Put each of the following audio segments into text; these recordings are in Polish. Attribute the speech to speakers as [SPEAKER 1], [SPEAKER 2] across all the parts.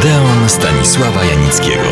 [SPEAKER 1] Odeon Stanisława Janickiego.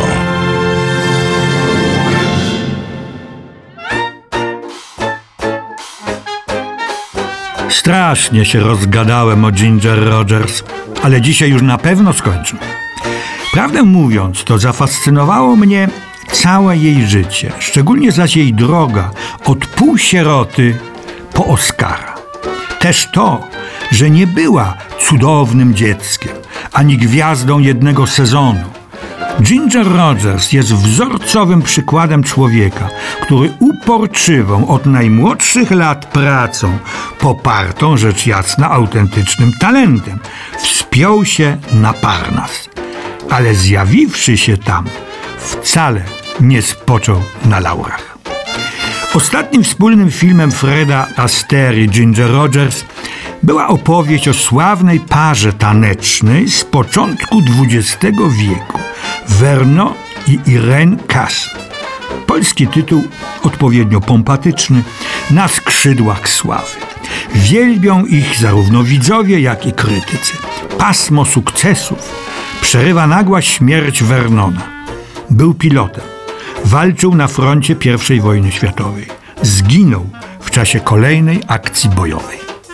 [SPEAKER 2] Strasznie się rozgadałem o Ginger Rogers, ale dzisiaj już na pewno skończę. Prawdę mówiąc, to zafascynowało mnie całe jej życie, szczególnie zaś jej droga od półsieroty po Oscara. Też to, że nie była cudownym dzieckiem, ani gwiazdą jednego sezonu. Ginger Rogers jest wzorcowym przykładem człowieka, który uporczywą od najmłodszych lat pracą, popartą rzecz jasna autentycznym talentem, wspiął się na Parnas. Ale zjawiwszy się tam, wcale nie spoczął na laurach. Ostatnim wspólnym filmem Freda Astaire i Ginger Rogers była opowieść o sławnej parze tanecznej z początku XX wieku, Vernon i Irene Cass. Polski tytuł odpowiednio pompatyczny, Na skrzydłach sławy. Wielbią ich zarówno widzowie, jak i krytycy. Pasmo sukcesów przerywa nagła śmierć Vernona. Był pilotem. Walczył na froncie I wojny światowej. Zginął w czasie kolejnej akcji bojowej.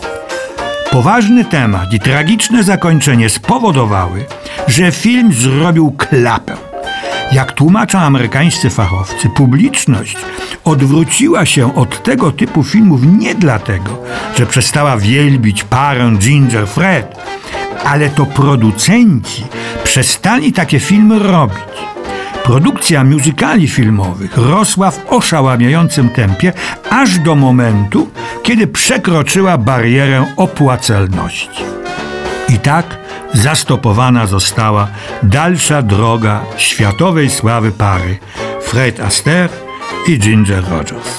[SPEAKER 2] Poważny temat i tragiczne zakończenie spowodowały, że film zrobił klapę. Jak tłumaczą amerykańscy fachowcy, publiczność odwróciła się od tego typu filmów nie dlatego, że przestała wielbić parę Ginger-Fred, ale to producenci przestali takie filmy robić. Produkcja musicali filmowych rosła w oszałamiającym tempie aż do momentu, kiedy przekroczyła barierę opłacalności. I tak zastopowana została dalsza droga światowej sławy pary Fred Astaire i Ginger Rogers.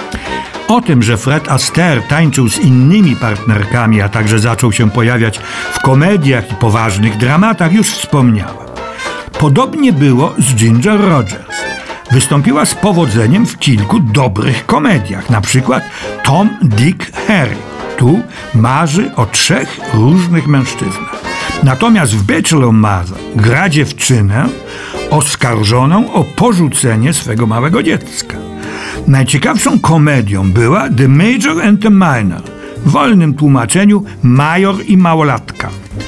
[SPEAKER 2] O tym, że Fred Astaire tańczył z innymi partnerkami, a także zaczął się pojawiać w komediach i poważnych dramatach, już wspomniałem. Podobnie było z Ginger Rogers. Wystąpiła z powodzeniem w kilku dobrych komediach, na przykład Tom, Dick, Harry. Tu marzy o 3 różnych mężczyznach. Natomiast w Bachelor Mother gra dziewczynę oskarżoną o porzucenie swego małego dziecka. Najciekawszą komedią była The Major and the Minor, w wolnym tłumaczeniu Major i małolatka.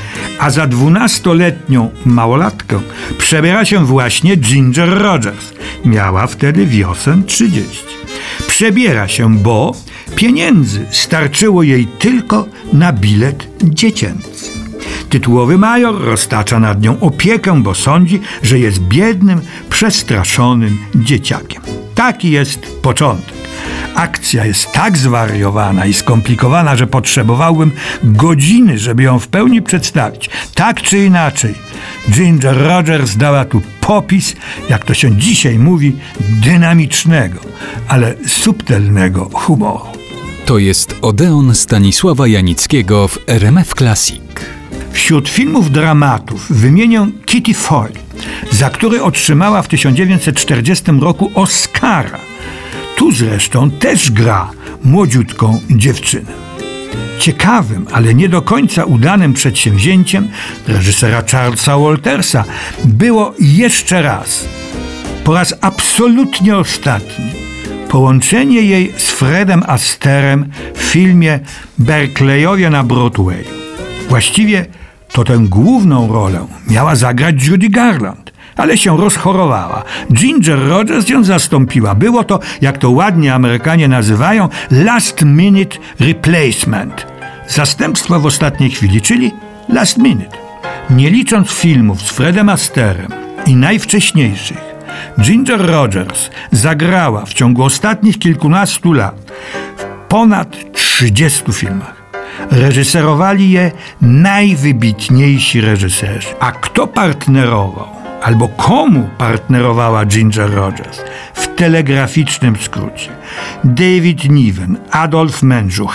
[SPEAKER 2] A za 12-letnią małolatkę przebiera się właśnie Ginger Rogers. Miała wtedy wiosen 30. Przebiera się, bo pieniędzy starczyło jej tylko na bilet dziecięcy. Tytułowy major roztacza nad nią opiekę, bo sądzi, że jest biednym, przestraszonym dzieciakiem. Taki jest początek. Akcja jest tak zwariowana i skomplikowana, że potrzebowałbym godziny, żeby ją w pełni przedstawić. Tak czy inaczej, Ginger Rogers dała tu popis, jak to się dzisiaj mówi, dynamicznego, ale subtelnego humoru.
[SPEAKER 1] To jest Odeon Stanisława Janickiego w RMF Classic.
[SPEAKER 2] Wśród filmów dramatów wymienię Kitty Foyle, za który otrzymała w 1940 roku Oscara. Tu zresztą też gra młodziutką dziewczynę. Ciekawym, ale nie do końca udanym przedsięwzięciem reżysera Charlesa Waltersa było jeszcze raz, po raz absolutnie ostatni, połączenie jej z Fredem Astairem w filmie Berkeleyowie na Broadway. Właściwie to tę główną rolę miała zagrać Judy Garland, ale się rozchorowała. Ginger Rogers ją zastąpiła. Było to, jak to ładnie Amerykanie nazywają, last minute replacement. Zastępstwo w ostatniej chwili, czyli last minute. Nie licząc filmów z Fredem Astairem i najwcześniejszych, Ginger Rogers zagrała w ciągu ostatnich kilkunastu lat w ponad 30 filmach. Reżyserowali je najwybitniejsi reżyserzy. A kto partnerował, albo komu partnerowała Ginger Rogers? W telegraficznym skrócie: David Niven, Adolph Menzies,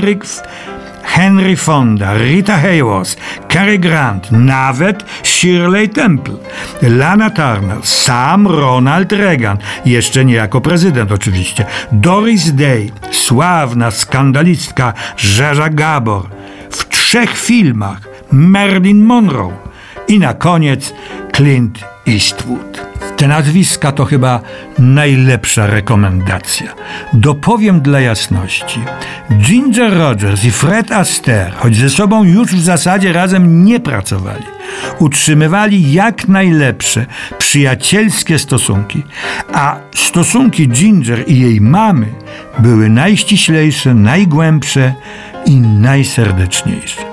[SPEAKER 2] Henry Fonda, Rita Hayworth, Cary Grant, nawet Shirley Temple, Lana Turner, sam Ronald Reagan, jeszcze nie jako prezydent oczywiście, Doris Day, sławna skandalistka Zsa Gabor, w 3 filmach Marilyn Monroe i na koniec Clint Eastwood. Te nazwiska to chyba najlepsza rekomendacja. Dopowiem dla jasności. Ginger Rogers i Fred Astaire, choć ze sobą już w zasadzie razem nie pracowali, utrzymywali jak najlepsze, przyjacielskie stosunki, a stosunki Ginger i jej mamy były najściślejsze, najgłębsze i najserdeczniejsze.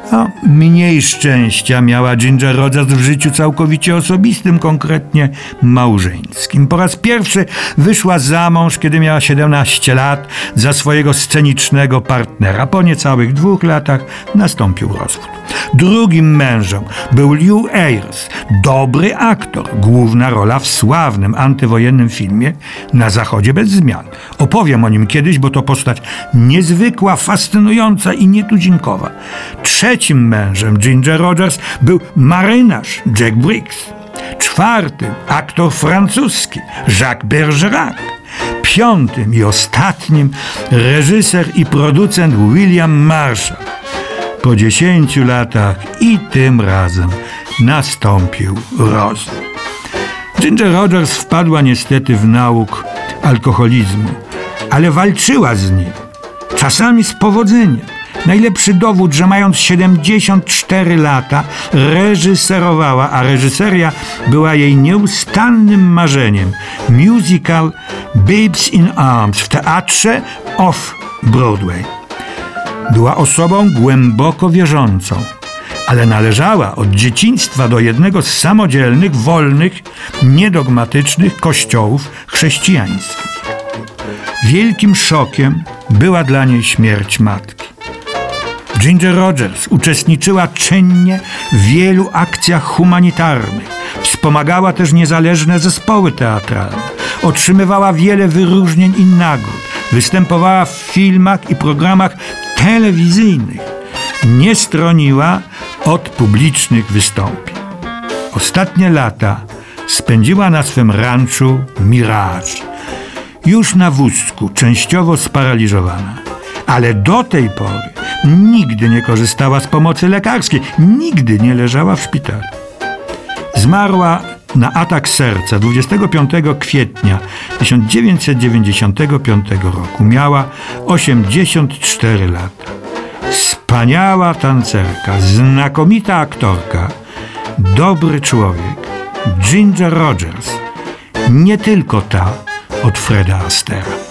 [SPEAKER 2] Mniej szczęścia miała Ginger Rogers w życiu całkowicie osobistym, konkretnie małżeńskim. Po raz pierwszy wyszła za mąż, kiedy miała 17 lat, za swojego scenicznego partnera. Po niecałych 2 latach nastąpił rozwód. Drugim mężem był Lew Ayres, dobry aktor, główna rola w sławnym antywojennym filmie Na zachodzie bez zmian. Opowiem o nim kiedyś, bo to postać niezwykła, fascynująca i nietuzinkowa. Trzecim mężem Ginger Rogers był marynarz Jack Briggs. Czwartym aktor francuski Jacques Bergerac. Piątym i ostatnim reżyser i producent William Marshall. Po 10 latach i tym razem nastąpił rozwód. Ginger Rogers wpadła niestety w nałóg alkoholizmu, ale walczyła z nim, czasami z powodzeniem. Najlepszy dowód, że mając 74 lata reżyserowała, a reżyseria była jej nieustannym marzeniem, musical Babes in Arms w teatrze Off-Broadway. Była osobą głęboko wierzącą, ale należała od dzieciństwa do jednego z samodzielnych, wolnych, niedogmatycznych kościołów chrześcijańskich. Wielkim szokiem była dla niej śmierć matki. Ginger Rogers uczestniczyła czynnie w wielu akcjach humanitarnych. Wspomagała też niezależne zespoły teatralne. Otrzymywała wiele wyróżnień i nagród. Występowała w filmach i programach telewizyjnych. Nie stroniła od publicznych wystąpień. Ostatnie lata spędziła na swym ranczu Mirage. Już na wózku, częściowo sparaliżowana. Ale do tej pory nigdy nie korzystała z pomocy lekarskiej. Nigdy nie leżała w szpitalu. Zmarła na atak serca 25 kwietnia 1995 roku. Miała 84 lata. Wspaniała tancerka, znakomita aktorka, dobry człowiek. Ginger Rogers. Nie tylko ta od Freda Astaira.